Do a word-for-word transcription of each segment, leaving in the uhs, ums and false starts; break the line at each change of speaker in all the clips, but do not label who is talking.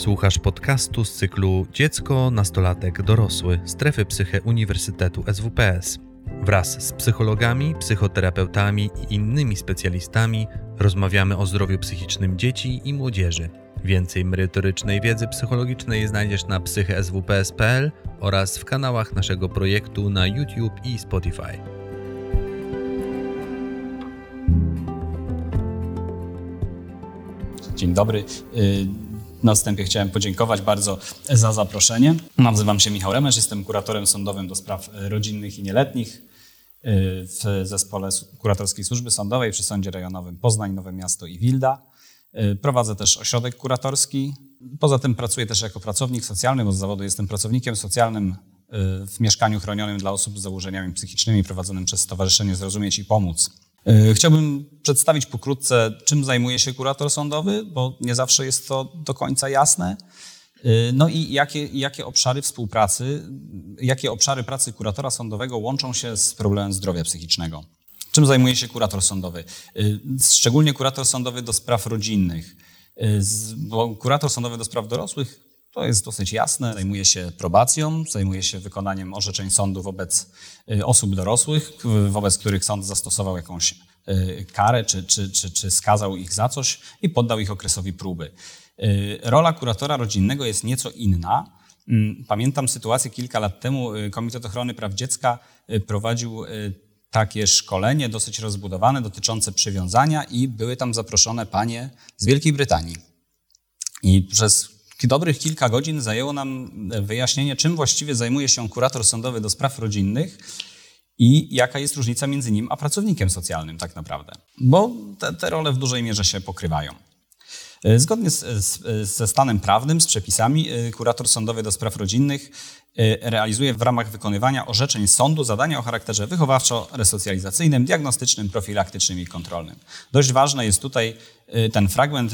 Słuchasz podcastu z cyklu Dziecko, nastolatek, dorosły Strefy Psyche Uniwersytetu S W P S. Wraz z psychologami, psychoterapeutami i innymi specjalistami rozmawiamy o zdrowiu psychicznym dzieci i młodzieży. Więcej merytorycznej wiedzy psychologicznej znajdziesz na psyche s w p s kropka p l oraz w kanałach naszego projektu na YouTube i Spotify.
Dzień dobry. Na wstępie chciałem podziękować bardzo za zaproszenie. Nazywam się Michał Remesz, jestem kuratorem sądowym do spraw rodzinnych i nieletnich w zespole kuratorskiej służby sądowej przy Sądzie Rejonowym Poznań, Nowe Miasto i Wilda. Prowadzę też ośrodek kuratorski. Poza tym pracuję też jako pracownik socjalny, bo z zawodu jestem pracownikiem socjalnym w mieszkaniu chronionym dla osób z zaburzeniami psychicznymi prowadzonym przez Stowarzyszenie Zrozumieć i Pomóc. Chciałbym przedstawić pokrótce, czym zajmuje się kurator sądowy, bo nie zawsze jest to do końca jasne. No i jakie, jakie obszary współpracy, jakie obszary pracy kuratora sądowego łączą się z problemem zdrowia psychicznego. Czym zajmuje się kurator sądowy? Szczególnie kurator sądowy do spraw rodzinnych, bo kurator sądowy do spraw dorosłych to jest dosyć jasne. Zajmuje się probacją, zajmuje się wykonaniem orzeczeń sądu wobec osób dorosłych, wobec których sąd zastosował jakąś karę czy, czy, czy, czy skazał ich za coś i poddał ich okresowi próby. Rola kuratora rodzinnego jest nieco inna. Pamiętam sytuację kilka lat temu. Komitet Ochrony Praw Dziecka prowadził takie szkolenie dosyć rozbudowane dotyczące przywiązania i były tam zaproszone panie z Wielkiej Brytanii. I przez dobrych kilka godzin zajęło nam wyjaśnienie, czym właściwie zajmuje się kurator sądowy do spraw rodzinnych i jaka jest różnica między nim a pracownikiem socjalnym tak naprawdę. Bo te, te role w dużej mierze się pokrywają. Zgodnie z, z, ze stanem prawnym, z przepisami, kurator sądowy do spraw rodzinnych realizuje w ramach wykonywania orzeczeń sądu zadania o charakterze wychowawczo-resocjalizacyjnym, diagnostycznym, profilaktycznym i kontrolnym. Dość ważny jest tutaj ten fragment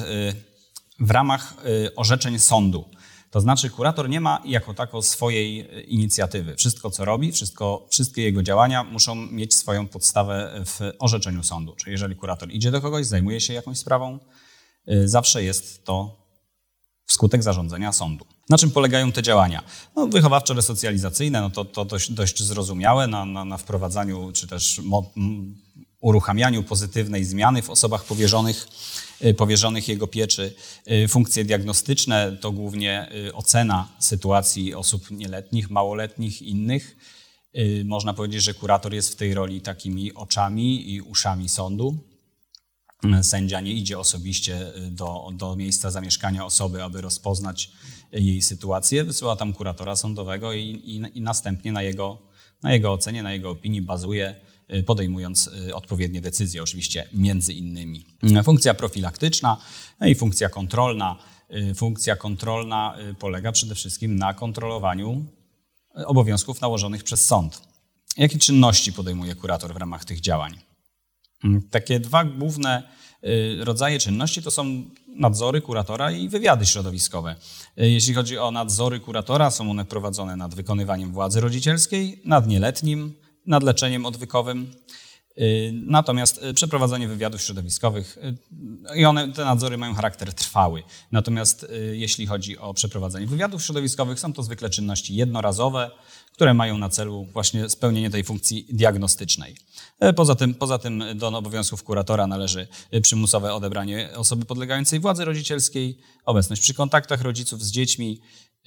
w ramach orzeczeń sądu. To znaczy kurator nie ma jako tako swojej inicjatywy. Wszystko, co robi, wszystko, wszystkie jego działania muszą mieć swoją podstawę w orzeczeniu sądu. Czyli jeżeli kurator idzie do kogoś, zajmuje się jakąś sprawą, zawsze jest to wskutek zarządzenia sądu. Na czym polegają te działania? No, wychowawczo-resocjalizacyjne, no to, to dość, dość zrozumiałe na, na, na wprowadzaniu czy też mo, m, uruchamianiu pozytywnej zmiany w osobach powierzonych, powierzonych jego pieczy. Funkcje diagnostyczne to głównie ocena sytuacji osób nieletnich, małoletnich, innych. Można powiedzieć, że kurator jest w tej roli takimi oczami i uszami sądu. Sędzia nie idzie osobiście do, do miejsca zamieszkania osoby, aby rozpoznać jej sytuację. Wysyła tam kuratora sądowego i, i, i następnie na jego, na jego ocenie, na jego opinii bazuje, podejmując odpowiednie decyzje, oczywiście między innymi. Funkcja profilaktyczna, no i funkcja kontrolna. Funkcja kontrolna polega przede wszystkim na kontrolowaniu obowiązków nałożonych przez sąd. Jakie czynności podejmuje kurator w ramach tych działań? Takie dwa główne rodzaje czynności to są nadzory kuratora i wywiady środowiskowe. Jeśli chodzi o nadzory kuratora, są one prowadzone nad wykonywaniem władzy rodzicielskiej, nad nieletnim, nad leczeniem odwykowym. Natomiast przeprowadzanie wywiadów środowiskowych i one, te nadzory mają charakter trwały. Natomiast jeśli chodzi o przeprowadzanie wywiadów środowiskowych, są to zwykle czynności jednorazowe, które mają na celu właśnie spełnienie tej funkcji diagnostycznej. Poza tym, poza tym do obowiązków kuratora należy przymusowe odebranie osoby podlegającej władzy rodzicielskiej, obecność przy kontaktach rodziców z dziećmi.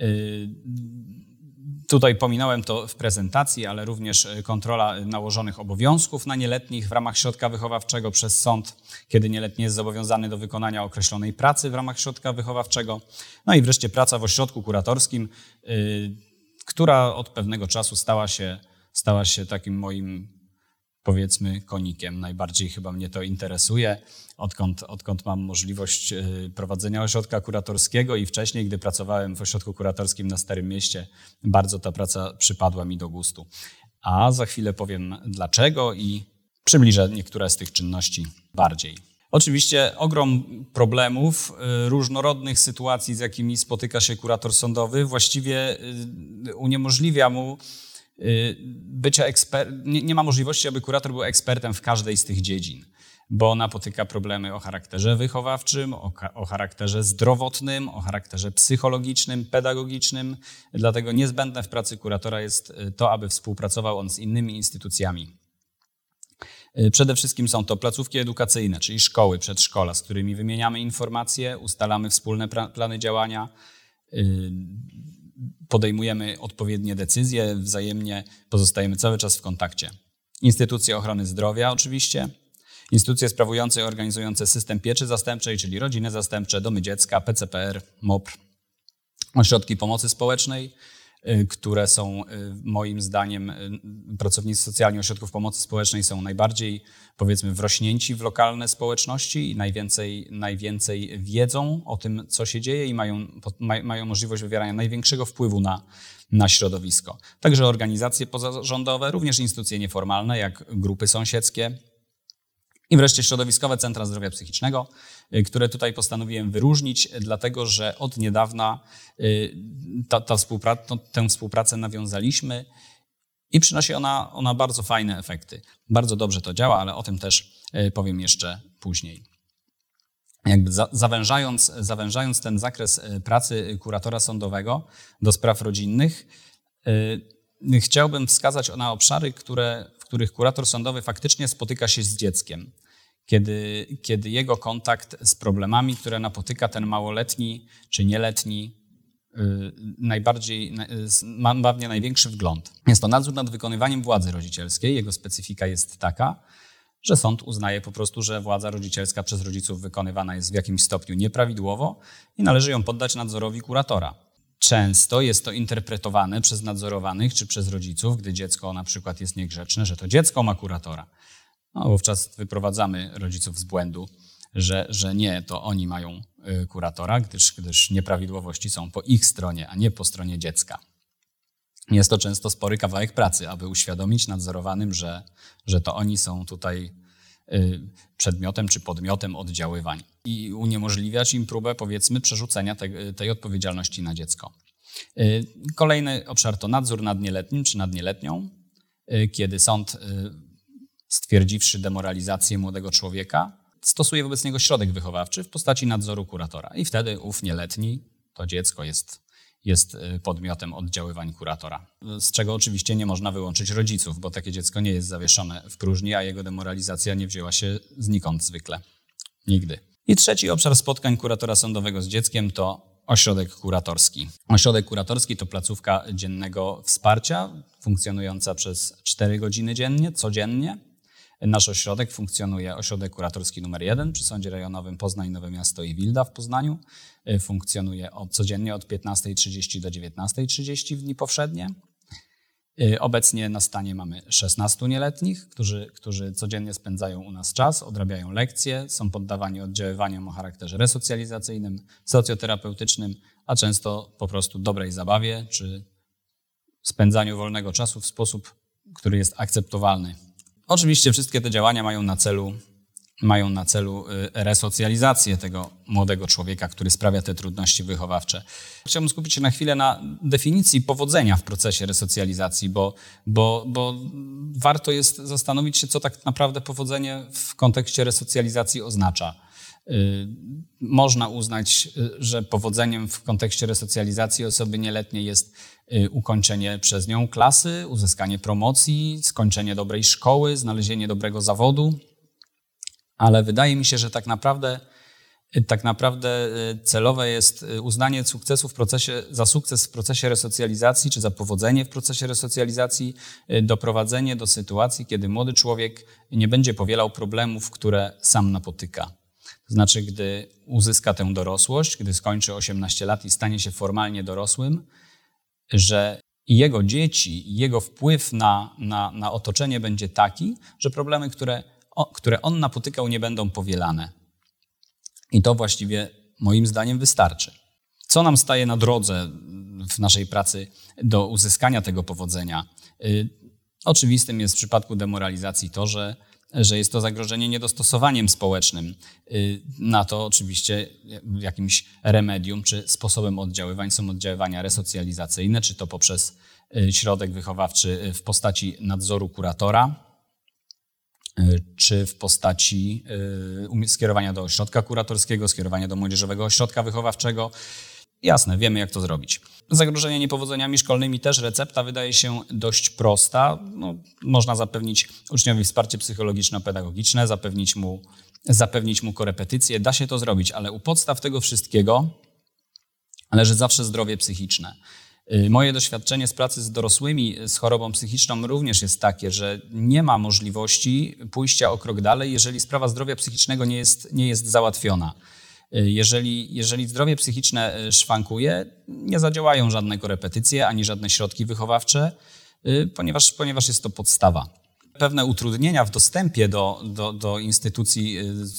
Tutaj pominąłem to w prezentacji, ale również kontrola nałożonych obowiązków na nieletnich w ramach środka wychowawczego przez sąd, kiedy nieletni jest zobowiązany do wykonania określonej pracy w ramach środka wychowawczego. No i wreszcie praca w ośrodku kuratorskim, yy, która od pewnego czasu stała się, stała się takim moim, powiedzmy, konikiem. Najbardziej chyba mnie to interesuje, odkąd, odkąd mam możliwość prowadzenia ośrodka kuratorskiego i wcześniej, gdy pracowałem w ośrodku kuratorskim na Starym Mieście, bardzo ta praca przypadła mi do gustu. A za chwilę powiem dlaczego i przybliżę niektóre z tych czynności bardziej. Oczywiście ogrom problemów, różnorodnych sytuacji, z jakimi spotyka się kurator sądowy, właściwie uniemożliwia mu bycia eksper- nie, nie ma możliwości, aby kurator był ekspertem w każdej z tych dziedzin. bo napotyka problemy o charakterze wychowawczym, o, o charakterze zdrowotnym, o charakterze psychologicznym, pedagogicznym. Dlatego niezbędne w pracy kuratora jest to, aby współpracował on z innymi instytucjami. Przede wszystkim są to placówki edukacyjne, czyli szkoły, przedszkola, z którymi wymieniamy informacje, ustalamy wspólne plany działania, podejmujemy odpowiednie decyzje, wzajemnie pozostajemy cały czas w kontakcie. Instytucje ochrony zdrowia oczywiście, instytucje sprawujące i organizujące system pieczy zastępczej, czyli rodziny zastępcze, domy dziecka, P C P R, M O P R, ośrodki pomocy społecznej, które są moim zdaniem, pracownicy socjalni ośrodków pomocy społecznej są najbardziej, powiedzmy, wrośnięci w lokalne społeczności i najwięcej, najwięcej wiedzą o tym, co się dzieje i mają, mają możliwość wywierania największego wpływu na, na środowisko. Także organizacje pozarządowe, również instytucje nieformalne, jak grupy sąsiedzkie, i wreszcie środowiskowe centra zdrowia psychicznego, które tutaj postanowiłem wyróżnić, dlatego że od niedawna ta, ta współpraca, tę współpracę nawiązaliśmy i przynosi ona, ona bardzo fajne efekty. Bardzo dobrze to działa, ale o tym też powiem jeszcze później. Jakby za, zawężając, zawężając ten zakres pracy kuratora sądowego do spraw rodzinnych, yy, chciałbym wskazać na obszary, które, w których kurator sądowy faktycznie spotyka się z dzieckiem. Kiedy, kiedy jego kontakt z problemami, które napotyka ten małoletni czy nieletni, yy, najbardziej, ma pewnie największy wgląd. Jest to nadzór nad wykonywaniem władzy rodzicielskiej. Jego specyfika jest taka, że sąd uznaje po prostu, że władza rodzicielska przez rodziców wykonywana jest w jakimś stopniu nieprawidłowo i należy ją poddać nadzorowi kuratora. Często jest to interpretowane przez nadzorowanych czy przez rodziców, gdy dziecko na przykład jest niegrzeczne, że to dziecko ma kuratora. No, wówczas wyprowadzamy rodziców z błędu, że, że nie, to oni mają kuratora, gdyż, gdyż nieprawidłowości są po ich stronie, a nie po stronie dziecka. Jest to często spory kawałek pracy, aby uświadomić nadzorowanym, że, że to oni są tutaj przedmiotem czy podmiotem oddziaływań i uniemożliwiać im próbę, powiedzmy, przerzucenia tej, tej odpowiedzialności na dziecko. Kolejny obszar to nadzór nad nieletnim czy nad nieletnią, kiedy sąd, stwierdziwszy demoralizację młodego człowieka, stosuje wobec niego środek wychowawczy w postaci nadzoru kuratora i wtedy ów nieletni, to dziecko jest jest podmiotem oddziaływań kuratora. Z czego oczywiście nie można wyłączyć rodziców, bo takie dziecko nie jest zawieszone w próżni, a jego demoralizacja nie wzięła się znikąd zwykle. Nigdy. I trzeci obszar spotkań kuratora sądowego z dzieckiem to ośrodek kuratorski. Ośrodek kuratorski to placówka dziennego wsparcia, funkcjonująca przez cztery godziny dziennie, codziennie. Nasz ośrodek funkcjonuje, ośrodek kuratorski numer jeden przy Sądzie Rejonowym Poznań, Nowe Miasto i Wilda w Poznaniu. Funkcjonuje od, codziennie od piętnastej trzydzieści do dziewiętnastej trzydzieści w dni powszednie. Obecnie na stanie mamy szesnastu nieletnich, którzy, którzy codziennie spędzają u nas czas, odrabiają lekcje, są poddawani oddziaływaniom o charakterze resocjalizacyjnym, socjoterapeutycznym, a często po prostu dobrej zabawie czy spędzaniu wolnego czasu w sposób, który jest akceptowalny. Oczywiście wszystkie te działania mają na celu, mają na celu resocjalizację tego młodego człowieka, który sprawia te trudności wychowawcze. Chciałbym skupić się na chwilę na definicji powodzenia w procesie resocjalizacji, bo, bo, bo warto jest zastanowić się, co tak naprawdę powodzenie w kontekście resocjalizacji oznacza. Można uznać, że powodzeniem w kontekście resocjalizacji osoby nieletniej jest ukończenie przez nią klasy, uzyskanie promocji, skończenie dobrej szkoły, znalezienie dobrego zawodu, ale wydaje mi się, że tak naprawdę, tak naprawdę celowe jest uznanie sukcesu w procesie, za sukces w procesie resocjalizacji, czy za powodzenie w procesie resocjalizacji, doprowadzenie do sytuacji, kiedy młody człowiek nie będzie powielał problemów, które sam napotyka. To znaczy, gdy uzyska tę dorosłość, gdy skończy osiemnaście lat i stanie się formalnie dorosłym, że i jego dzieci, i jego wpływ na, na, na otoczenie będzie taki, że problemy, które, o, które on napotykał, nie będą powielane. I to właściwie moim zdaniem wystarczy. Co nam staje na drodze w naszej pracy do uzyskania tego powodzenia? Yy, oczywistym jest w przypadku demoralizacji to, że że jest to zagrożenie niedostosowaniem społecznym. Na to oczywiście jakimś remedium czy sposobem oddziaływań są oddziaływania resocjalizacyjne, czy to poprzez środek wychowawczy w postaci nadzoru kuratora, czy w postaci skierowania do ośrodka kuratorskiego, skierowania do młodzieżowego ośrodka wychowawczego. Jasne, wiemy jak to zrobić. Zagrożenie niepowodzeniami szkolnymi też recepta wydaje się dość prosta. No, można zapewnić uczniowi wsparcie psychologiczno-pedagogiczne, zapewnić mu, zapewnić mu korepetycje. Da się to zrobić, ale u podstaw tego wszystkiego leży zawsze zdrowie psychiczne. Moje doświadczenie z pracy z dorosłymi z chorobą psychiczną również jest takie, że nie ma możliwości pójścia o krok dalej, jeżeli sprawa zdrowia psychicznego nie jest, nie jest załatwiona. Jeżeli, jeżeli zdrowie psychiczne szwankuje, nie zadziałają żadne korepetycje ani żadne środki wychowawcze, ponieważ, ponieważ jest to podstawa. Pewne utrudnienia w dostępie do, do, do instytucji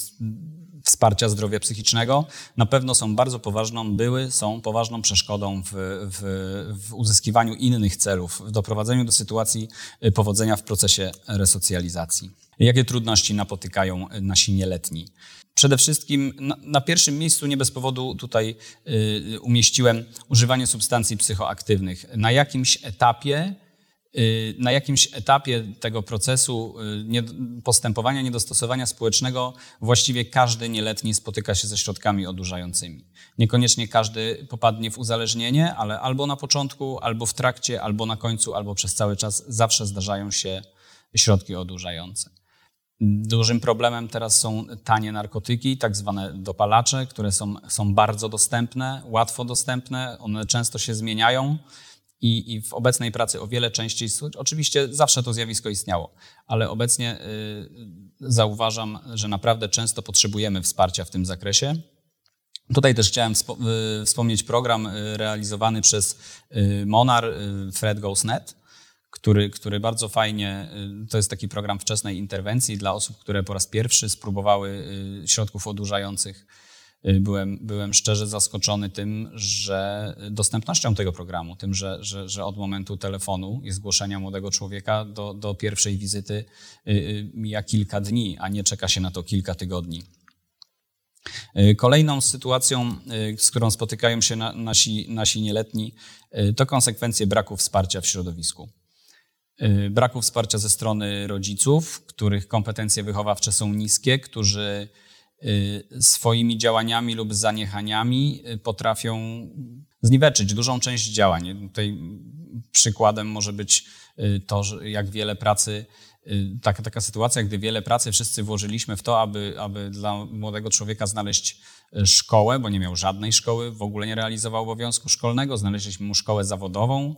wsparcia zdrowia psychicznego na pewno są bardzo poważną, były, są poważną przeszkodą w, w, w uzyskiwaniu innych celów, w doprowadzeniu do sytuacji powodzenia w procesie resocjalizacji. Jakie trudności napotykają nasi nieletni? Przede wszystkim na, na pierwszym miejscu nie bez powodu tutaj y, umieściłem używanie substancji psychoaktywnych. Na jakimś etapie Na jakimś etapie tego procesu postępowania, niedostosowania społecznego właściwie każdy nieletni spotyka się ze środkami odurzającymi. Niekoniecznie każdy popadnie w uzależnienie, ale albo na początku, albo w trakcie, albo na końcu, albo przez cały czas zawsze zdarzają się środki odurzające. Dużym problemem teraz są tanie narkotyki, tak zwane dopalacze, które są, są bardzo dostępne, łatwo dostępne, one często się zmieniają. I, I w obecnej pracy o wiele częściej, oczywiście zawsze to zjawisko istniało, ale obecnie y, zauważam, że naprawdę często potrzebujemy wsparcia w tym zakresie. Tutaj też chciałem wspo- y, wspomnieć program y, realizowany przez y, Monar y, Fred Goes Net, który, który bardzo fajnie, y, to jest taki program wczesnej interwencji dla osób, które po raz pierwszy spróbowały y, środków odurzających. Byłem, byłem szczerze zaskoczony tym, że dostępnością tego programu, tym, że, że, że od momentu telefonu i zgłoszenia młodego człowieka do, do pierwszej wizyty mija kilka dni, a nie czeka się na to kilka tygodni. Kolejną sytuacją, z którą spotykają się na, nasi, nasi nieletni, to konsekwencje braku wsparcia w środowisku. Braku wsparcia ze strony rodziców, których kompetencje wychowawcze są niskie, którzy swoimi działaniami lub zaniechaniami potrafią zniweczyć dużą część działań. Tutaj przykładem może być to, że jak wiele pracy, taka, taka sytuacja, gdy wiele pracy wszyscy włożyliśmy w to, aby, aby dla młodego człowieka znaleźć szkołę, bo nie miał żadnej szkoły, w ogóle nie realizował obowiązku szkolnego, znaleźliśmy mu szkołę zawodową.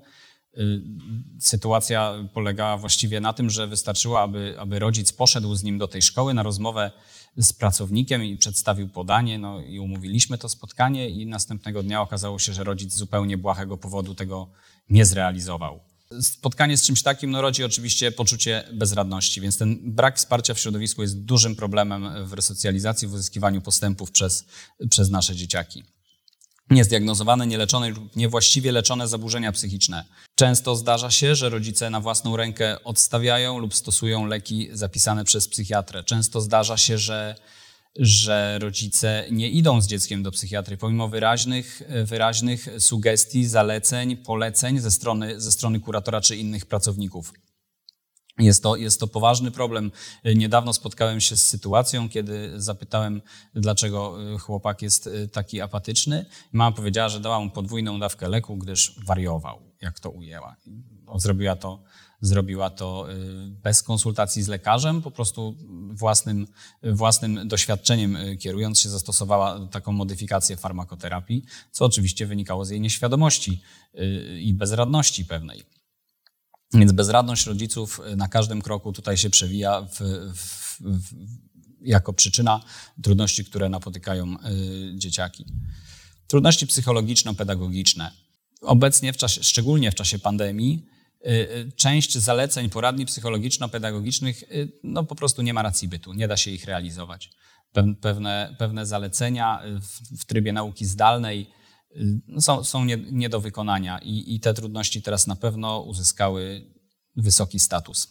Sytuacja polegała właściwie na tym, że wystarczyło, aby, aby rodzic poszedł z nim do tej szkoły na rozmowę z pracownikiem i przedstawił podanie, no i umówiliśmy to spotkanie i następnego dnia okazało się, że rodzic z zupełnie błahego powodu tego nie zrealizował. Spotkanie z czymś takim no, rodzi oczywiście poczucie bezradności, więc ten brak wsparcia w środowisku jest dużym problemem w resocjalizacji, w uzyskiwaniu postępów przez, przez nasze dzieciaki. Niezdiagnozowane, nieleczone lub niewłaściwie leczone zaburzenia psychiczne. Często zdarza się, że rodzice na własną rękę odstawiają lub stosują leki zapisane przez psychiatrę. Często zdarza się, że, że rodzice nie idą z dzieckiem do psychiatry, pomimo wyraźnych, wyraźnych sugestii, zaleceń, poleceń ze strony, ze strony kuratora czy innych pracowników. Jest to, jest to poważny problem. Niedawno spotkałem się z sytuacją, kiedy zapytałem, dlaczego chłopak jest taki apatyczny. Mama powiedziała, że dała mu podwójną dawkę leku, gdyż wariował, jak to ujęła. Zrobiła to, zrobiła to bez konsultacji z lekarzem, po prostu własnym, własnym doświadczeniem kierując się zastosowała taką modyfikację farmakoterapii, co oczywiście wynikało z jej nieświadomości i bezradności pewnej. Więc bezradność rodziców na każdym kroku tutaj się przewija w, w, w, jako przyczyna trudności, które napotykają y, dzieciaki. Trudności psychologiczno-pedagogiczne. Obecnie, w czasie, szczególnie w czasie pandemii, y, y, część zaleceń poradni psychologiczno-pedagogicznych y, no, po prostu nie ma racji bytu, nie da się ich realizować. Pewne, pewne zalecenia w, w trybie nauki zdalnej Są, są nie, nie do wykonania i, i te trudności teraz na pewno uzyskały wysoki status.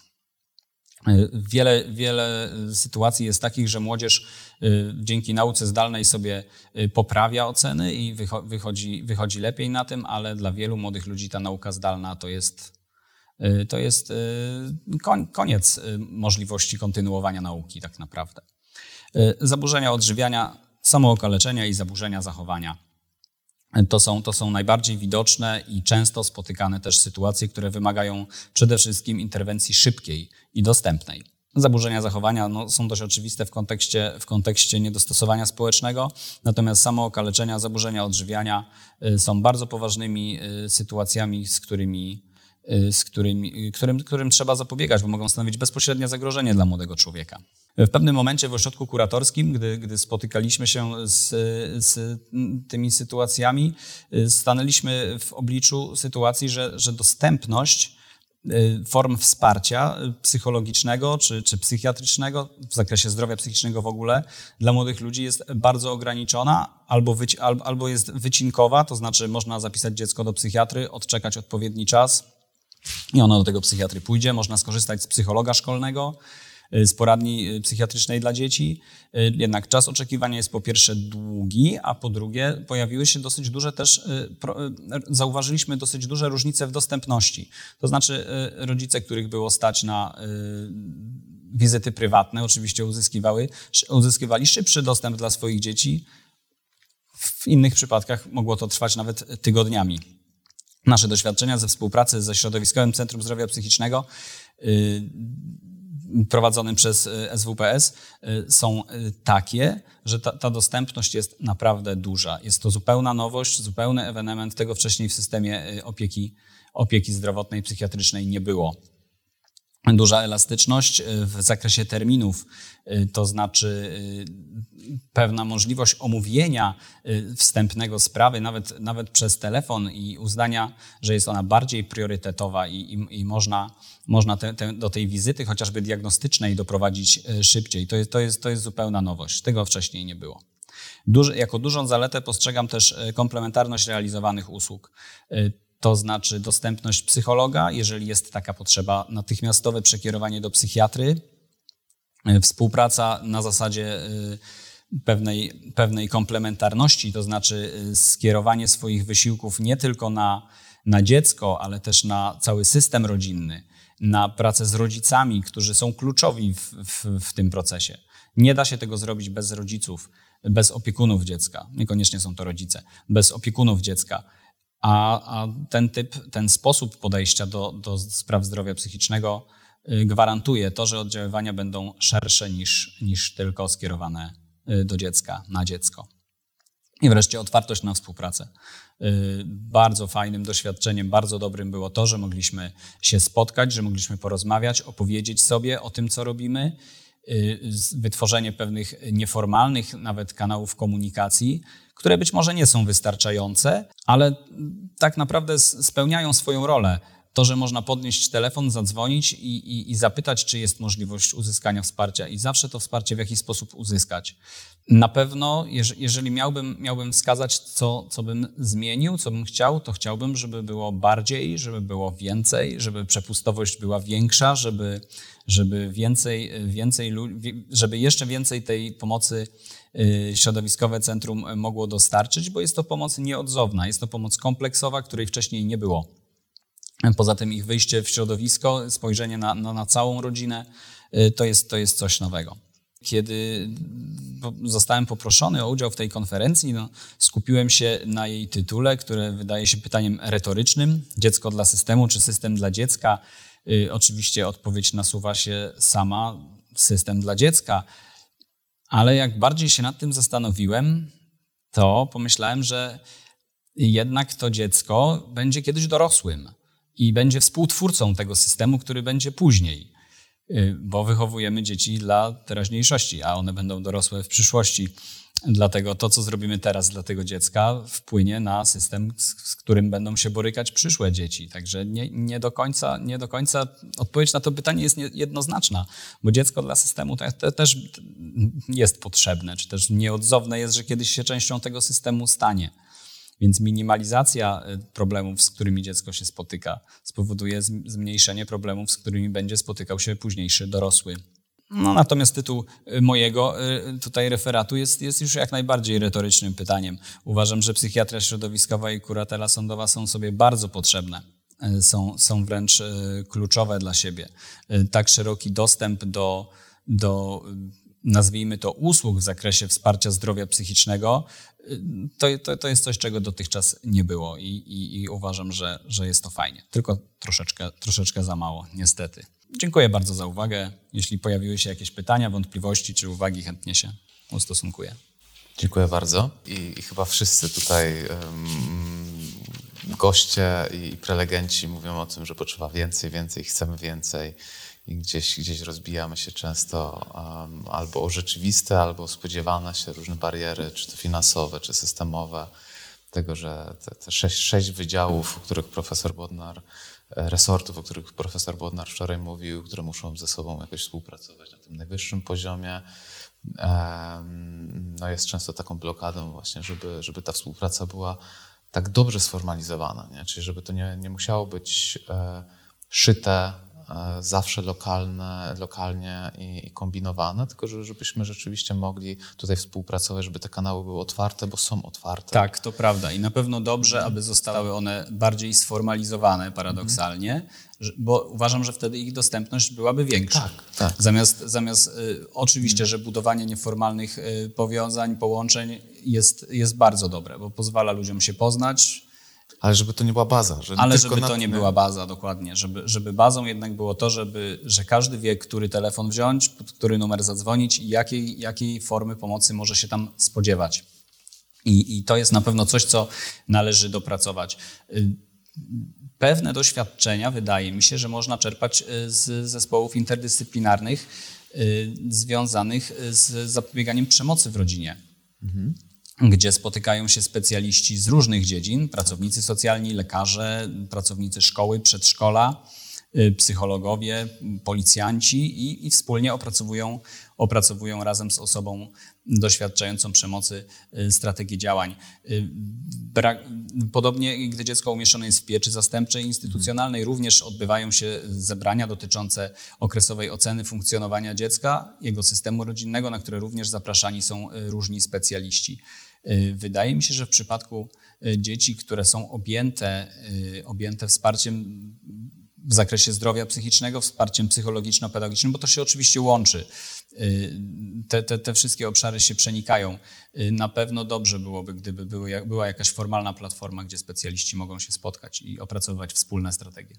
Wiele, wiele sytuacji jest takich, że młodzież dzięki nauce zdalnej sobie poprawia oceny i wychodzi, wychodzi lepiej na tym, ale dla wielu młodych ludzi ta nauka zdalna to jest To jest koniec możliwości kontynuowania nauki tak naprawdę. Zaburzenia odżywiania, samookaleczenia i zaburzenia zachowania. To są, to są najbardziej widoczne i często spotykane też sytuacje, które wymagają przede wszystkim interwencji szybkiej i dostępnej. Zaburzenia zachowania no, są dość oczywiste w kontekście, w kontekście niedostosowania społecznego, natomiast samookaleczenia, zaburzenia odżywiania są bardzo poważnymi sytuacjami, z którymi, z którymi, którym, którym trzeba zapobiegać, bo mogą stanowić bezpośrednie zagrożenie dla młodego człowieka. W pewnym momencie w ośrodku kuratorskim, gdy, gdy spotykaliśmy się z, z tymi sytuacjami, stanęliśmy w obliczu sytuacji, że, że dostępność form wsparcia psychologicznego czy, czy psychiatrycznego w zakresie zdrowia psychicznego w ogóle dla młodych ludzi jest bardzo ograniczona albo, wyci- albo jest wycinkowa, to znaczy można zapisać dziecko do psychiatry, odczekać odpowiedni czas i ono do tego psychiatry pójdzie. Można skorzystać z psychologa szkolnego, z poradni psychiatrycznej dla dzieci. Jednak czas oczekiwania jest po pierwsze długi, a po drugie pojawiły się dosyć duże też, zauważyliśmy dosyć duże różnice w dostępności. To znaczy rodzice, których było stać na wizyty prywatne, oczywiście uzyskiwały, uzyskiwali szybszy dostęp dla swoich dzieci. W innych przypadkach mogło to trwać nawet tygodniami. Nasze doświadczenia ze współpracy ze Środowiskowym Centrum Zdrowia Psychicznego prowadzonym przez S W P S są takie, że ta, ta dostępność jest naprawdę duża. Jest to zupełna nowość, zupełny ewenement. Tego wcześniej w systemie opieki, opieki zdrowotnej, psychiatrycznej nie było. Duża elastyczność w zakresie terminów, to znaczy pewna możliwość omówienia wstępnego sprawy, nawet, nawet przez telefon i uznania, że jest ona bardziej priorytetowa i, i, i można, można te, te, do tej wizyty chociażby diagnostycznej doprowadzić szybciej. To jest, to jest, to jest zupełna nowość. Tego wcześniej nie było. Duży, jako dużą zaletę postrzegam też komplementarność realizowanych usług. To znaczy dostępność psychologa, jeżeli jest taka potrzeba, natychmiastowe przekierowanie do psychiatry, współpraca na zasadzie pewnej, pewnej komplementarności, to znaczy skierowanie swoich wysiłków nie tylko na, na dziecko, ale też na cały system rodzinny, na pracę z rodzicami, którzy są kluczowi w, w, w tym procesie. Nie da się tego zrobić bez rodziców, bez opiekunów dziecka, niekoniecznie są to rodzice, bez opiekunów dziecka. A, a ten typ, ten sposób podejścia do, do spraw zdrowia psychicznego gwarantuje to, że oddziaływania będą szersze niż, niż tylko skierowane do dziecka, na dziecko. I wreszcie otwartość na współpracę. Bardzo fajnym doświadczeniem, bardzo dobrym było to, że mogliśmy się spotkać, że mogliśmy porozmawiać, opowiedzieć sobie o tym, co robimy, wytworzenie pewnych nieformalnych nawet kanałów komunikacji, które być może nie są wystarczające, ale tak naprawdę spełniają swoją rolę. To, że można podnieść telefon, zadzwonić i, i, i zapytać, czy jest możliwość uzyskania wsparcia i zawsze to wsparcie w jakiś sposób uzyskać. Na pewno, jeżeli miałbym, miałbym wskazać, co, co bym zmienił, co bym chciał, to chciałbym, żeby było bardziej, żeby było więcej, żeby przepustowość była większa, żeby, żeby, więcej, więcej, żeby jeszcze więcej tej pomocy środowiskowe centrum mogło dostarczyć, bo jest to pomoc nieodzowna, jest to pomoc kompleksowa, której wcześniej nie było. Poza tym ich wyjście w środowisko, spojrzenie na, na, na całą rodzinę, to jest, to jest coś nowego. Kiedy zostałem poproszony o udział w tej konferencji, no, skupiłem się na jej tytule, które wydaje się pytaniem retorycznym. Dziecko dla systemu czy system dla dziecka? Y, oczywiście odpowiedź nasuwa się sama, system dla dziecka. Ale jak bardziej się nad tym zastanowiłem, to pomyślałem, że jednak to dziecko będzie kiedyś dorosłym i będzie współtwórcą tego systemu, który będzie później, bo wychowujemy dzieci dla teraźniejszości, a one będą dorosłe w przyszłości. Dlatego to, co zrobimy teraz dla tego dziecka, wpłynie na system, z którym będą się borykać przyszłe dzieci. Także nie, nie, do końca, nie do końca odpowiedź na to pytanie jest jednoznaczna, bo dziecko dla systemu te, te też jest potrzebne, czy też nieodzowne jest, że kiedyś się częścią tego systemu stanie. Więc minimalizacja problemów, z którymi dziecko się spotyka, spowoduje zmniejszenie problemów, z którymi będzie spotykał się późniejszy dorosły. No, natomiast tytuł mojego tutaj referatu jest, jest już jak najbardziej retorycznym pytaniem. Uważam, że psychiatria środowiskowa i kuratela sądowa są sobie bardzo potrzebne. są, są wręcz kluczowe dla siebie. Tak szeroki dostęp do, do, nazwijmy to, usług w zakresie wsparcia zdrowia psychicznego, to, to, to jest coś, czego dotychczas nie było i, i, i uważam, że, że jest to fajnie. Tylko troszeczkę, troszeczkę za mało, niestety. Dziękuję bardzo za uwagę. Jeśli pojawiły się jakieś pytania, wątpliwości czy uwagi, chętnie się ustosunkuję.
Dziękuję bardzo. I, i chyba wszyscy tutaj um, goście i prelegenci mówią o tym, że potrzeba więcej, więcej, chcemy więcej. I gdzieś, gdzieś rozbijamy się często um, albo o rzeczywiste, albo o spodziewane się różne bariery, czy to finansowe, czy systemowe. Tego, że te, te sześć, sześć wydziałów, o których profesor Bodnar, resortów, o których profesor Bodnar wczoraj mówił, które muszą ze sobą jakoś współpracować na tym najwyższym poziomie, um, no jest często taką blokadą właśnie, żeby, żeby ta współpraca była tak dobrze sformalizowana, nie? Czyli żeby to nie, nie musiało być e, szyte zawsze lokalne, lokalnie i, i kombinowane, tylko że, żebyśmy rzeczywiście mogli tutaj współpracować, żeby te kanały były otwarte, bo są otwarte.
Tak, to prawda i na pewno dobrze, aby zostały one bardziej sformalizowane paradoksalnie, mhm. bo uważam, że wtedy ich dostępność byłaby większa.
Tak, tak.
Zamiast, zamiast y, oczywiście, mhm. że budowanie nieformalnych y, powiązań, połączeń jest, jest bardzo dobre, bo pozwala ludziom się poznać.
Ale żeby to nie była baza. Że
Ale
tylko
żeby to
na...
nie była baza, dokładnie. Żeby, żeby bazą jednak było to, żeby, że każdy wie, który telefon wziąć, pod który numer zadzwonić i jakiej, jakiej formy pomocy może się tam spodziewać. I, I to jest na pewno coś, co należy dopracować. Pewne doświadczenia, wydaje mi się, że można czerpać z zespołów interdyscyplinarnych związanych z zapobieganiem przemocy w rodzinie. Mhm. Gdzie spotykają się specjaliści z różnych dziedzin, pracownicy socjalni, lekarze, pracownicy szkoły, przedszkola, psychologowie, policjanci i, i wspólnie opracowują, opracowują razem z osobą doświadczającą przemocy strategię działań. Brak, podobnie, gdy dziecko umieszczone jest w pieczy zastępczej instytucjonalnej, również odbywają się zebrania dotyczące okresowej oceny funkcjonowania dziecka, jego systemu rodzinnego, na które również zapraszani są różni specjaliści. Wydaje mi się, że w przypadku dzieci, które są objęte, objęte wsparciem w zakresie zdrowia psychicznego, wsparciem psychologiczno-pedagogicznym, bo to się oczywiście łączy. Te, te, te wszystkie obszary się przenikają. Na pewno dobrze byłoby, gdyby były, była jakaś formalna platforma, gdzie specjaliści mogą się spotkać i opracowywać wspólne strategie.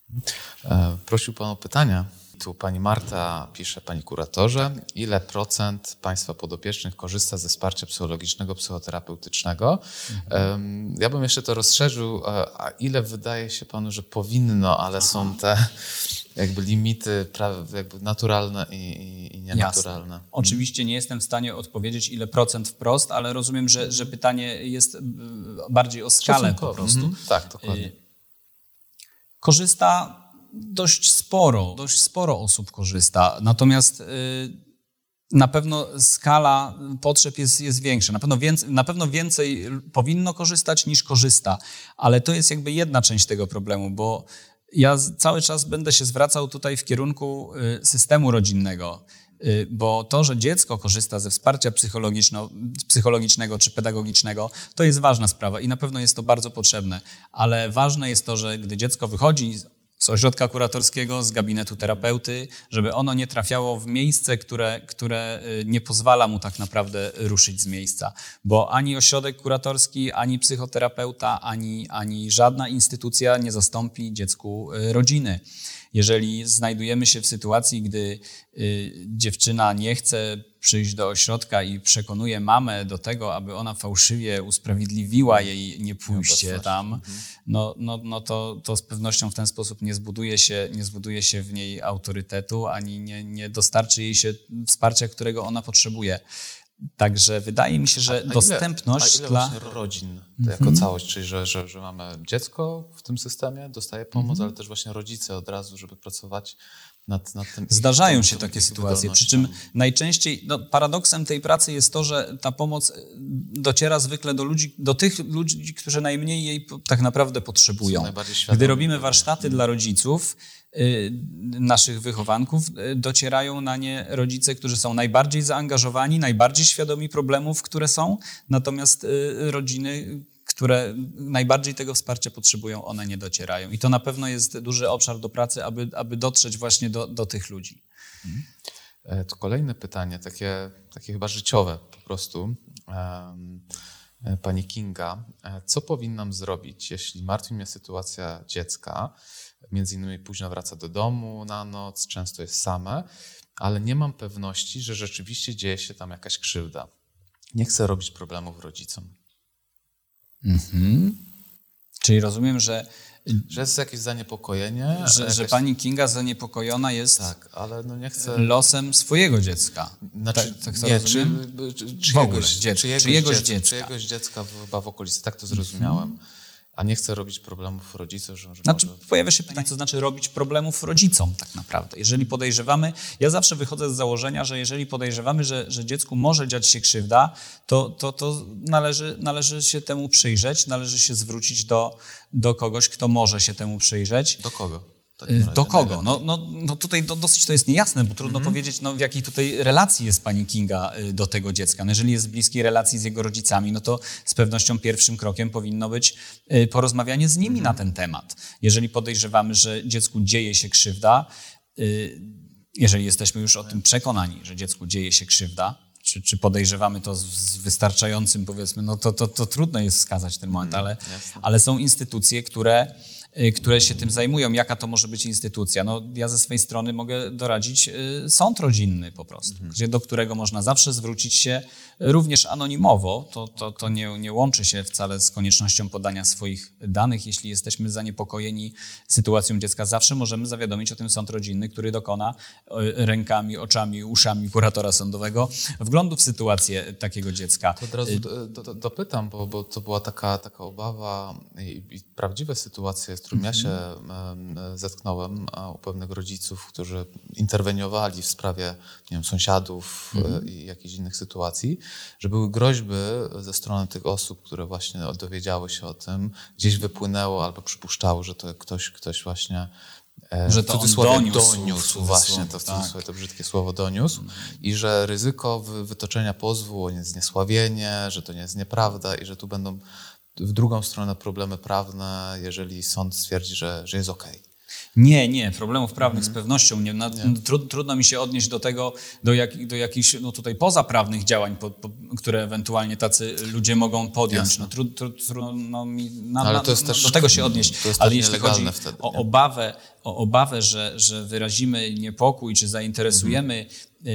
Prosił Pan o pytania. Tu Pani Marta pisze, Pani kuratorze, ile procent Państwa podopiecznych korzysta ze wsparcia psychologicznego, psychoterapeutycznego? Mhm. Ja bym jeszcze to rozszerzył, a ile wydaje się Panu, że powinno, ale Aha. są te jakby limity jakby naturalne i, i, i nienaturalne.
Jasne. Oczywiście nie jestem w stanie odpowiedzieć, ile procent wprost, ale rozumiem, że, że pytanie jest bardziej o skalę po prostu. Mhm.
Tak, dokładnie.
Korzysta dość sporo, dość sporo osób korzysta, natomiast na pewno skala potrzeb jest, jest większa. Na pewno, więcej, na pewno więcej powinno korzystać niż korzysta, ale to jest jakby jedna część tego problemu, bo ja cały czas będę się zwracał tutaj w kierunku systemu rodzinnego, bo to, że dziecko korzysta ze wsparcia psychologiczno, psychologicznego czy pedagogicznego, to jest ważna sprawa i na pewno jest to bardzo potrzebne, ale ważne jest to, że gdy dziecko wychodzi z ośrodka kuratorskiego, z gabinetu terapeuty, żeby ono nie trafiało w miejsce, które, które nie pozwala mu tak naprawdę ruszyć z miejsca. Bo ani ośrodek kuratorski, ani psychoterapeuta, ani, ani żadna instytucja nie zastąpi dziecku rodziny. Jeżeli znajdujemy się w sytuacji, gdy y, dziewczyna nie chce przyjść do ośrodka i przekonuje mamę do tego, aby ona fałszywie usprawiedliwiła jej niepójście tam, no, no, no to, to z pewnością w ten sposób nie zbuduje się, nie zbuduje się w niej autorytetu, ani nie, nie dostarczy jej się wsparcia, którego ona potrzebuje. Także wydaje mi się, że a, a dostępność
ile, a ile
dla
właśnie rodzin to jako mm-hmm. całość, czyli że, że, że mamy dziecko w tym systemie, dostaje pomoc, mm-hmm. ale też właśnie rodzice od razu, żeby pracować nad, nad tym.
Zdarzają tym, się tym, takie sytuacje, przy czym najczęściej no, paradoksem tej pracy jest to, że ta pomoc dociera zwykle do ludzi, do tych ludzi, którzy najmniej jej tak naprawdę potrzebują. Gdy robimy warsztaty dla rodziców, naszych wychowanków, docierają na nie rodzice, którzy są najbardziej zaangażowani, najbardziej świadomi problemów, które są, natomiast rodziny, które najbardziej tego wsparcia potrzebują, one nie docierają. I to na pewno jest duży obszar do pracy, aby, aby dotrzeć właśnie do, do tych ludzi.
To kolejne pytanie, takie, takie chyba życiowe po prostu. Pani Kinga, co powinnam zrobić, jeśli martwi mnie sytuacja dziecka, między innymi późno wraca do domu na noc, często jest same, ale nie mam pewności, że rzeczywiście dzieje się tam jakaś krzywda. Nie chcę robić problemów rodzicom.
Mhm. Czyli rozumiem, że...
Że jest jakieś zaniepokojenie.
Że,
jakaś...
że pani Kinga zaniepokojona jest
tak, ale no nie chcę...
losem swojego dziecka.
Znaczy,
tak, tak
nie, czy, czy, czy, czyjegoś,
dziecka,
czyjegoś,
czyjegoś
dziecka,
dziecka.
czyjegoś dziecka chyba w okolicy. Tak to zrozumiałem. Mm-hmm. A nie chcę robić problemów rodzicom. Że
znaczy,
może...
Pojawia się pytanie, co znaczy robić problemów rodzicom tak naprawdę. Jeżeli podejrzewamy, ja zawsze wychodzę z założenia, że jeżeli podejrzewamy, że, że dziecku może dziać się krzywda, to, to, to należy, należy się temu przyjrzeć, należy się zwrócić do, do kogoś, kto może się temu przyjrzeć.
Do kogo?
Do kogo? No, no, no tutaj do, dosyć to jest niejasne, bo trudno mm-hmm. powiedzieć, no, w jakiej tutaj relacji jest pani Kinga do tego dziecka. No, jeżeli jest w bliskiej relacji z jego rodzicami, no to z pewnością pierwszym krokiem powinno być porozmawianie z nimi mm-hmm. na ten temat. Jeżeli podejrzewamy, że dziecku dzieje się krzywda, jeżeli jesteśmy już o tym przekonani, że dziecku dzieje się krzywda, czy, czy podejrzewamy to z, z wystarczającym, powiedzmy, no to, to, to trudno jest wskazać ten moment, ale, ale są instytucje, które które się tym zajmują. Jaka to może być instytucja? No, ja ze swojej strony mogę doradzić y, sąd rodzinny po prostu, mhm. gdzie, do którego można zawsze zwrócić się również anonimowo. To, to, to nie, nie łączy się wcale z koniecznością podania swoich danych. Jeśli jesteśmy zaniepokojeni sytuacją dziecka, zawsze możemy zawiadomić o tym sąd rodzinny, który dokona y, rękami, oczami, uszami kuratora sądowego wglądu w sytuację takiego dziecka.
To od razu do, do, dopytam, bo, bo to była taka, taka obawa i, i prawdziwe sytuacje, z którym ja się zetknąłem u pewnych rodziców, którzy interweniowali w sprawie, nie wiem, sąsiadów mm. i jakichś innych sytuacji, że były groźby ze strony tych osób, które właśnie dowiedziały się o tym, gdzieś wypłynęło albo przypuszczały, że to ktoś, ktoś właśnie
że to on doniósł,
doniósł właśnie to, w cudzysłowie, tak. to brzydkie słowo doniósł mm. i że ryzyko wytoczenia pozwu o zniesławienie, że to nie jest nieprawda i że tu będą w drugą stronę problemy prawne, jeżeli sąd stwierdzi, że, że jest okej. Okay.
Nie, nie, problemów prawnych mm. z pewnością nie. Na, nie. Trud, trudno mi się odnieść do tego, do, jak, do jakichś no tutaj pozaprawnych działań, po, po, które ewentualnie tacy ludzie mogą podjąć. No, trud, trud, trud, no, mi, na,
Ale
na,
to jest
no,
też,
do tego się odnieść.
To jest
ale jeśli chodzi
wtedy,
o obawę, o obawę że, że wyrazimy niepokój, czy zainteresujemy mm.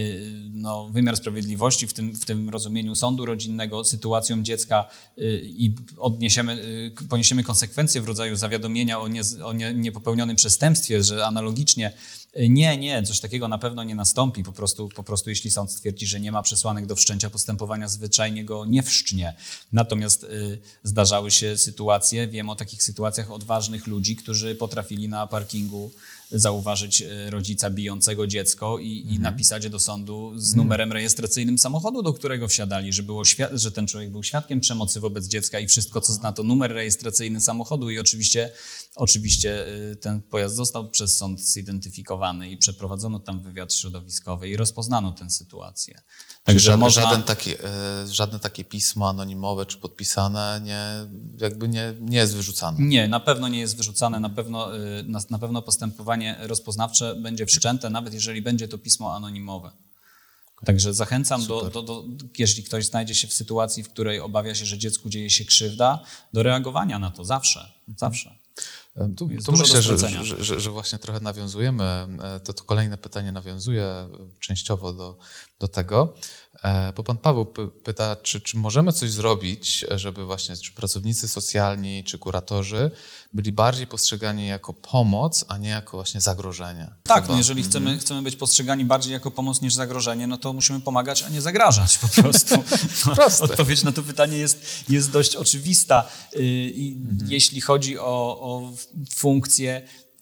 no, wymiar sprawiedliwości w tym, w tym rozumieniu sądu rodzinnego sytuacją dziecka i odniesiemy, poniesiemy konsekwencje w rodzaju zawiadomienia o, nie, o nie, niepopełnionym przestępstwie, że analogicznie nie, nie, coś takiego na pewno nie nastąpi. Po prostu, po prostu jeśli sąd stwierdzi, że nie ma przesłanek do wszczęcia postępowania, zwyczajnie go nie wszcznie. Natomiast y, zdarzały się sytuacje, wiem o takich sytuacjach odważnych ludzi, którzy potrafili na parkingu zauważyć rodzica bijącego dziecko i, mhm. i napisać do sądu z numerem rejestracyjnym samochodu, do którego wsiadali, że, było świad- że ten człowiek był świadkiem przemocy wobec dziecka i wszystko, co zna, to numer rejestracyjny samochodu i oczywiście, oczywiście ten pojazd został przez sąd zidentyfikowany i przeprowadzono tam wywiad środowiskowy i rozpoznano tę sytuację.
Także żaden, można... żaden taki, żadne takie pismo anonimowe czy podpisane nie, jakby nie, nie jest wyrzucane?
Nie, na pewno nie jest wyrzucane, na pewno, na, na pewno postępowanie rozpoznawcze będzie wszczęte, nawet jeżeli będzie to pismo anonimowe. Także zachęcam, do, do, do, jeśli ktoś znajdzie się w sytuacji, w której obawia się, że dziecku dzieje się krzywda, do reagowania na to zawsze, zawsze.
Tu, tu myślę, że, że, że, że właśnie trochę nawiązujemy, to, to kolejne pytanie nawiązuje częściowo do, do tego, bo pan Paweł pyta, czy, czy możemy coś zrobić, żeby właśnie, czy pracownicy socjalni, czy kuratorzy byli bardziej postrzegani jako pomoc, a nie jako właśnie zagrożenie.
Tak, no jeżeli chcemy, mm. chcemy być postrzegani bardziej jako pomoc niż zagrożenie, no to musimy pomagać, a nie zagrażać po prostu. No, odpowiedź na to pytanie jest, jest dość oczywista. I mm. jeśli chodzi o, o funkcję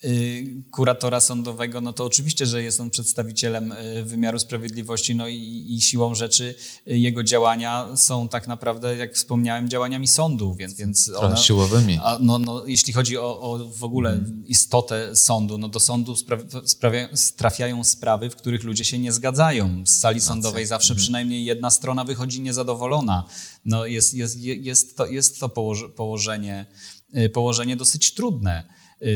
kuratora sądowego, no to oczywiście, że jest on przedstawicielem wymiaru sprawiedliwości, no i, i siłą rzeczy jego działania są tak naprawdę, jak wspomniałem, działaniami sądu, więc, więc
Trochę siłowymi.
A no, no, jeśli chodzi o, o w ogóle hmm. istotę sądu, no do sądu spra- sprawia, trafiają sprawy, w których ludzie się nie zgadzają. Z sali sądowej zawsze hmm. przynajmniej jedna strona wychodzi niezadowolona. No jest, jest, jest to, jest to położ- położenie, położenie dosyć trudne.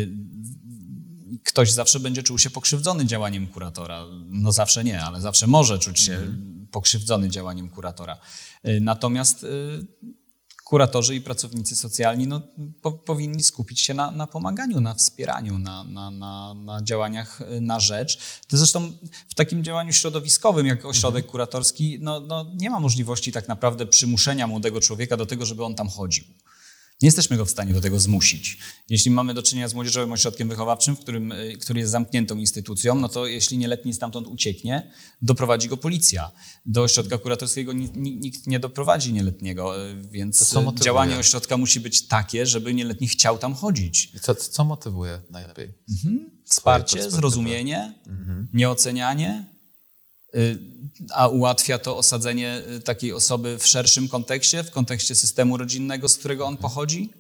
Ktoś zawsze będzie czuł się pokrzywdzony działaniem kuratora. No zawsze nie, ale zawsze może czuć się mm. pokrzywdzony działaniem kuratora. Natomiast kuratorzy i pracownicy socjalni no, po, powinni skupić się na, na pomaganiu, na wspieraniu, na, na, na, na działaniach na rzecz. To zresztą w takim działaniu środowiskowym, jak ośrodek mm. kuratorski, no, no, nie ma możliwości tak naprawdę przymuszenia młodego człowieka do tego, żeby on tam chodził. Nie jesteśmy go w stanie do tego zmusić. Jeśli mamy do czynienia z młodzieżowym ośrodkiem wychowawczym, w którym, który jest zamkniętą instytucją, no to jeśli nieletni stamtąd ucieknie, doprowadzi go policja. Do ośrodka kuratorskiego nikt nie doprowadzi nieletniego, więc działanie ośrodka musi być takie, żeby nieletni chciał tam chodzić.
I co, co motywuje najlepiej?
Mhm. Wsparcie, zrozumienie, mhm. nieocenianie, a ułatwia to osadzenie takiej osoby w szerszym kontekście, w kontekście systemu rodzinnego, z którego on pochodzi.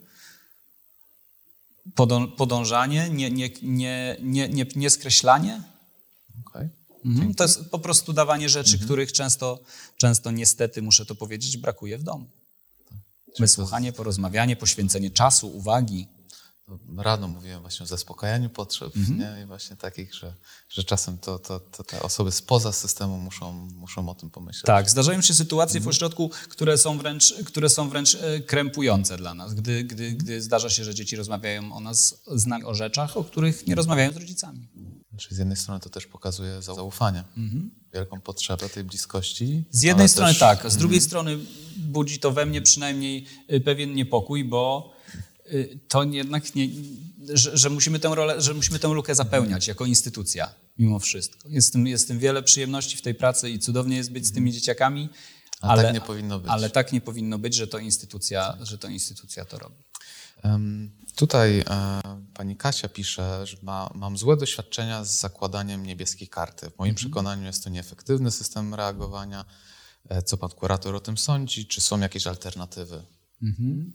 Podą- podążanie, nie, nie, nie, nie, nie, nie skreślanie.
Okay.
Mhm. To jest po prostu dawanie rzeczy, mhm. których często, często niestety, muszę to powiedzieć, brakuje w domu. Wysłuchanie, porozmawianie, poświęcenie czasu, uwagi.
Rano mówiłem właśnie o zaspokajaniu potrzeb, mm-hmm. nie? I właśnie takich, że, że czasem to, to, to te osoby spoza systemu muszą, muszą o tym pomyśleć. Tak,
zdarzają się sytuacje mm-hmm. w ośrodku, które są wręcz, które są wręcz krępujące dla nas, gdy, gdy, gdy zdarza się, że dzieci rozmawiają o nas z nami o rzeczach, o których nie rozmawiają z rodzicami.
Czyli z jednej strony to też pokazuje zaufanie, mm-hmm. wielką potrzebę tej bliskości.
Z jednej strony też... tak, z drugiej mm-hmm. strony budzi to we mnie przynajmniej pewien niepokój, bo to jednak nie, że, że, musimy tę rolę, że musimy tę lukę zapełniać jako instytucja, mimo wszystko. Jest w tym, jest w tym wiele przyjemności w tej pracy i cudownie jest być z tymi dzieciakami,
A ale tak nie powinno być.
Ale tak nie powinno być, że to instytucja, że to, instytucja to robi.
Um, tutaj e, pani Kasia pisze, że ma, mam złe doświadczenia z zakładaniem niebieskiej karty. W moim mhm. przekonaniu jest to nieefektywny system reagowania. E, co pan kurator o tym sądzi? Czy są jakieś alternatywy?
Mhm.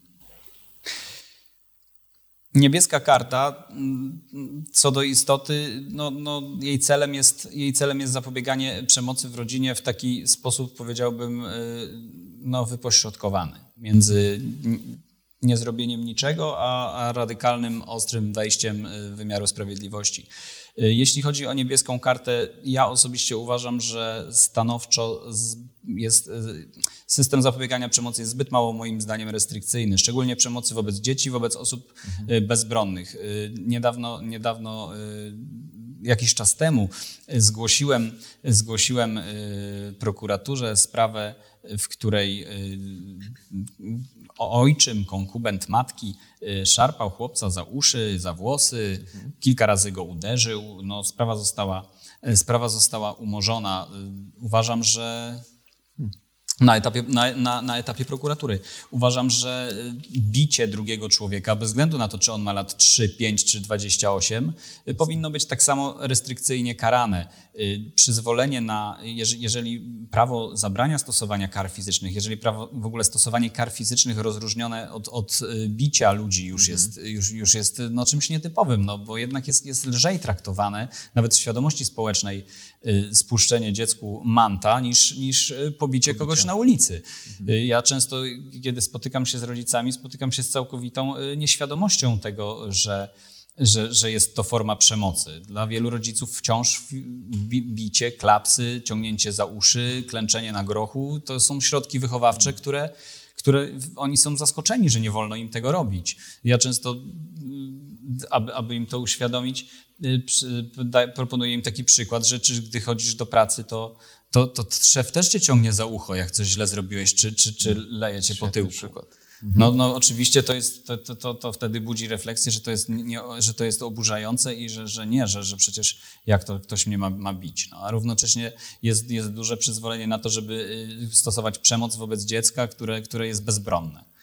Niebieska karta, co do istoty, no, no, jej, celem jest, jej celem jest zapobieganie przemocy w rodzinie w taki sposób, powiedziałbym, no, wypośrodkowany między niezrobieniem niczego, a, a radykalnym, ostrym wejściem wymiaru sprawiedliwości. Jeśli chodzi o niebieską kartę, ja osobiście uważam, że stanowczo jest, system zapobiegania przemocy jest zbyt mało moim zdaniem restrykcyjny, szczególnie przemocy wobec dzieci, wobec osób mhm. bezbronnych. Niedawno, niedawno, jakiś czas temu zgłosiłem, zgłosiłem prokuraturze sprawę, w której ojczym, konkubent matki szarpał chłopca za uszy, za włosy, mhm. kilka razy go uderzył. No, sprawa została, sprawa została umorzona. Uważam, że na etapie, na, na, na etapie prokuratury. Uważam, że bicie drugiego człowieka, bez względu na to, czy on ma lat trzy, pięć czy dwadzieścia osiem, powinno być tak samo restrykcyjnie karane. Przyzwolenie na, jeżeli prawo zabrania stosowania kar fizycznych, jeżeli prawo w ogóle stosowanie kar fizycznych rozróżnione od, od bicia ludzi już jest, mhm. już, już jest no, czymś nietypowym, no, bo jednak jest, jest lżej traktowane, nawet w świadomości społecznej, spuszczenie dziecku manta niż, niż pobicie kogoś na ulicy. Mhm. Ja często, kiedy spotykam się z rodzicami, spotykam się z całkowitą nieświadomością tego, że Że, że jest to forma przemocy. Dla wielu rodziców wciąż bicie, klapsy, ciągnięcie za uszy, klęczenie na grochu to są środki wychowawcze, które, które oni są zaskoczeni, że nie wolno im tego robić. Ja często, aby, aby im to uświadomić, proponuję im taki przykład, że czy, gdy chodzisz do pracy, to, to, to szef też cię ciągnie za ucho, jak coś źle zrobiłeś, czy, czy, czy leje cię po tyłku. Przykład. No, no oczywiście to, jest, to, to, to, to wtedy budzi refleksję, że to jest, nie, że to jest oburzające i że, że nie, że, że przecież jak to ktoś mnie ma, ma bić. No, a równocześnie jest, jest duże przyzwolenie na to, żeby stosować przemoc wobec dziecka, które, które jest bezbronne.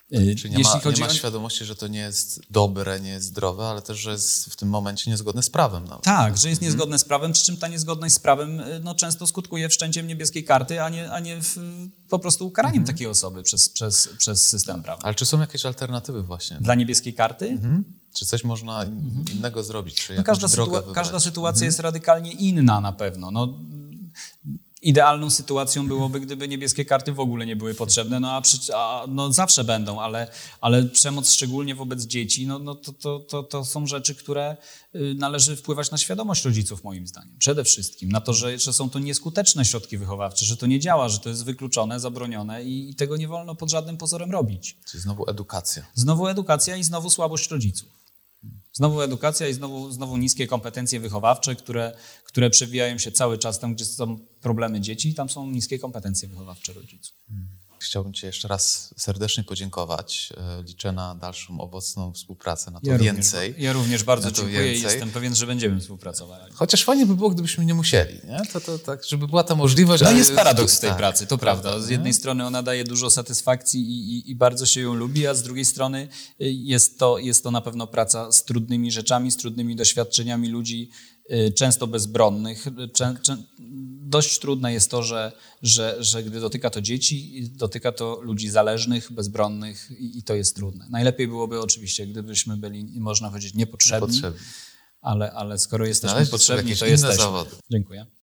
Czyli nie ma, nie ma świadomości, że to nie jest dobre, nie jest zdrowe, ale też, że jest w tym momencie niezgodne z prawem. Nawet.
Tak, że jest niezgodne z prawem, przy czym ta niezgodność z prawem no, często skutkuje wszczęciem niebieskiej karty, a nie, a nie w, po prostu ukaraniem mhm. takiej osoby przez, przez, przez system prawny.
Ale czy są jakieś alternatywy właśnie?
Dla niebieskiej karty?
Mhm. Czy coś można in, innego zrobić? Czy
no każda, sytua- każda sytuacja mhm. jest radykalnie inna na pewno. No, idealną sytuacją byłoby, gdyby niebieskie karty w ogóle nie były potrzebne, no a, przy, a no zawsze będą, ale, ale przemoc szczególnie wobec dzieci, no, no to, to, to, to są rzeczy, które należy wpływać na świadomość rodziców moim zdaniem. Przede wszystkim na to, że, że są to nieskuteczne środki wychowawcze, że to nie działa, że to jest wykluczone, zabronione i, i tego nie wolno pod żadnym pozorem robić.
Czyli znowu edukacja.
Znowu edukacja i znowu słabość rodziców. Znowu edukacja i znowu, znowu niskie kompetencje wychowawcze, które, które przewijają się cały czas tam, gdzie są problemy dzieci, tam są niskie kompetencje wychowawcze rodziców.
Chciałbym Ci jeszcze raz serdecznie podziękować. Liczę na dalszą owocną współpracę, na to
ja
więcej.
Również, ja również bardzo dziękuję
więcej.
i jestem pewien, że będziemy współpracowali.
Chociaż fajnie by było, gdybyśmy nie musieli, nie? To, to, tak, żeby była ta możliwość.
No
ale
jest paradoks w tej
tak,
pracy, to prawda.
prawda.
Z jednej strony ona daje dużo satysfakcji i, i, i bardzo się ją lubi, a z drugiej strony jest to, jest to na pewno praca z trudnymi rzeczami, z trudnymi doświadczeniami ludzi, często bezbronnych. Czę, czę, dość trudne jest to, że, że, że gdy dotyka to dzieci, dotyka to ludzi zależnych, bezbronnych i, i to jest trudne. Najlepiej byłoby oczywiście, gdybyśmy byli, można powiedzieć, niepotrzebni,
Niepotrzebni.
ale, ale skoro jesteśmy
Znaleźć
potrzebni, to
inne
jesteśmy.
zawody.
Dziękuję.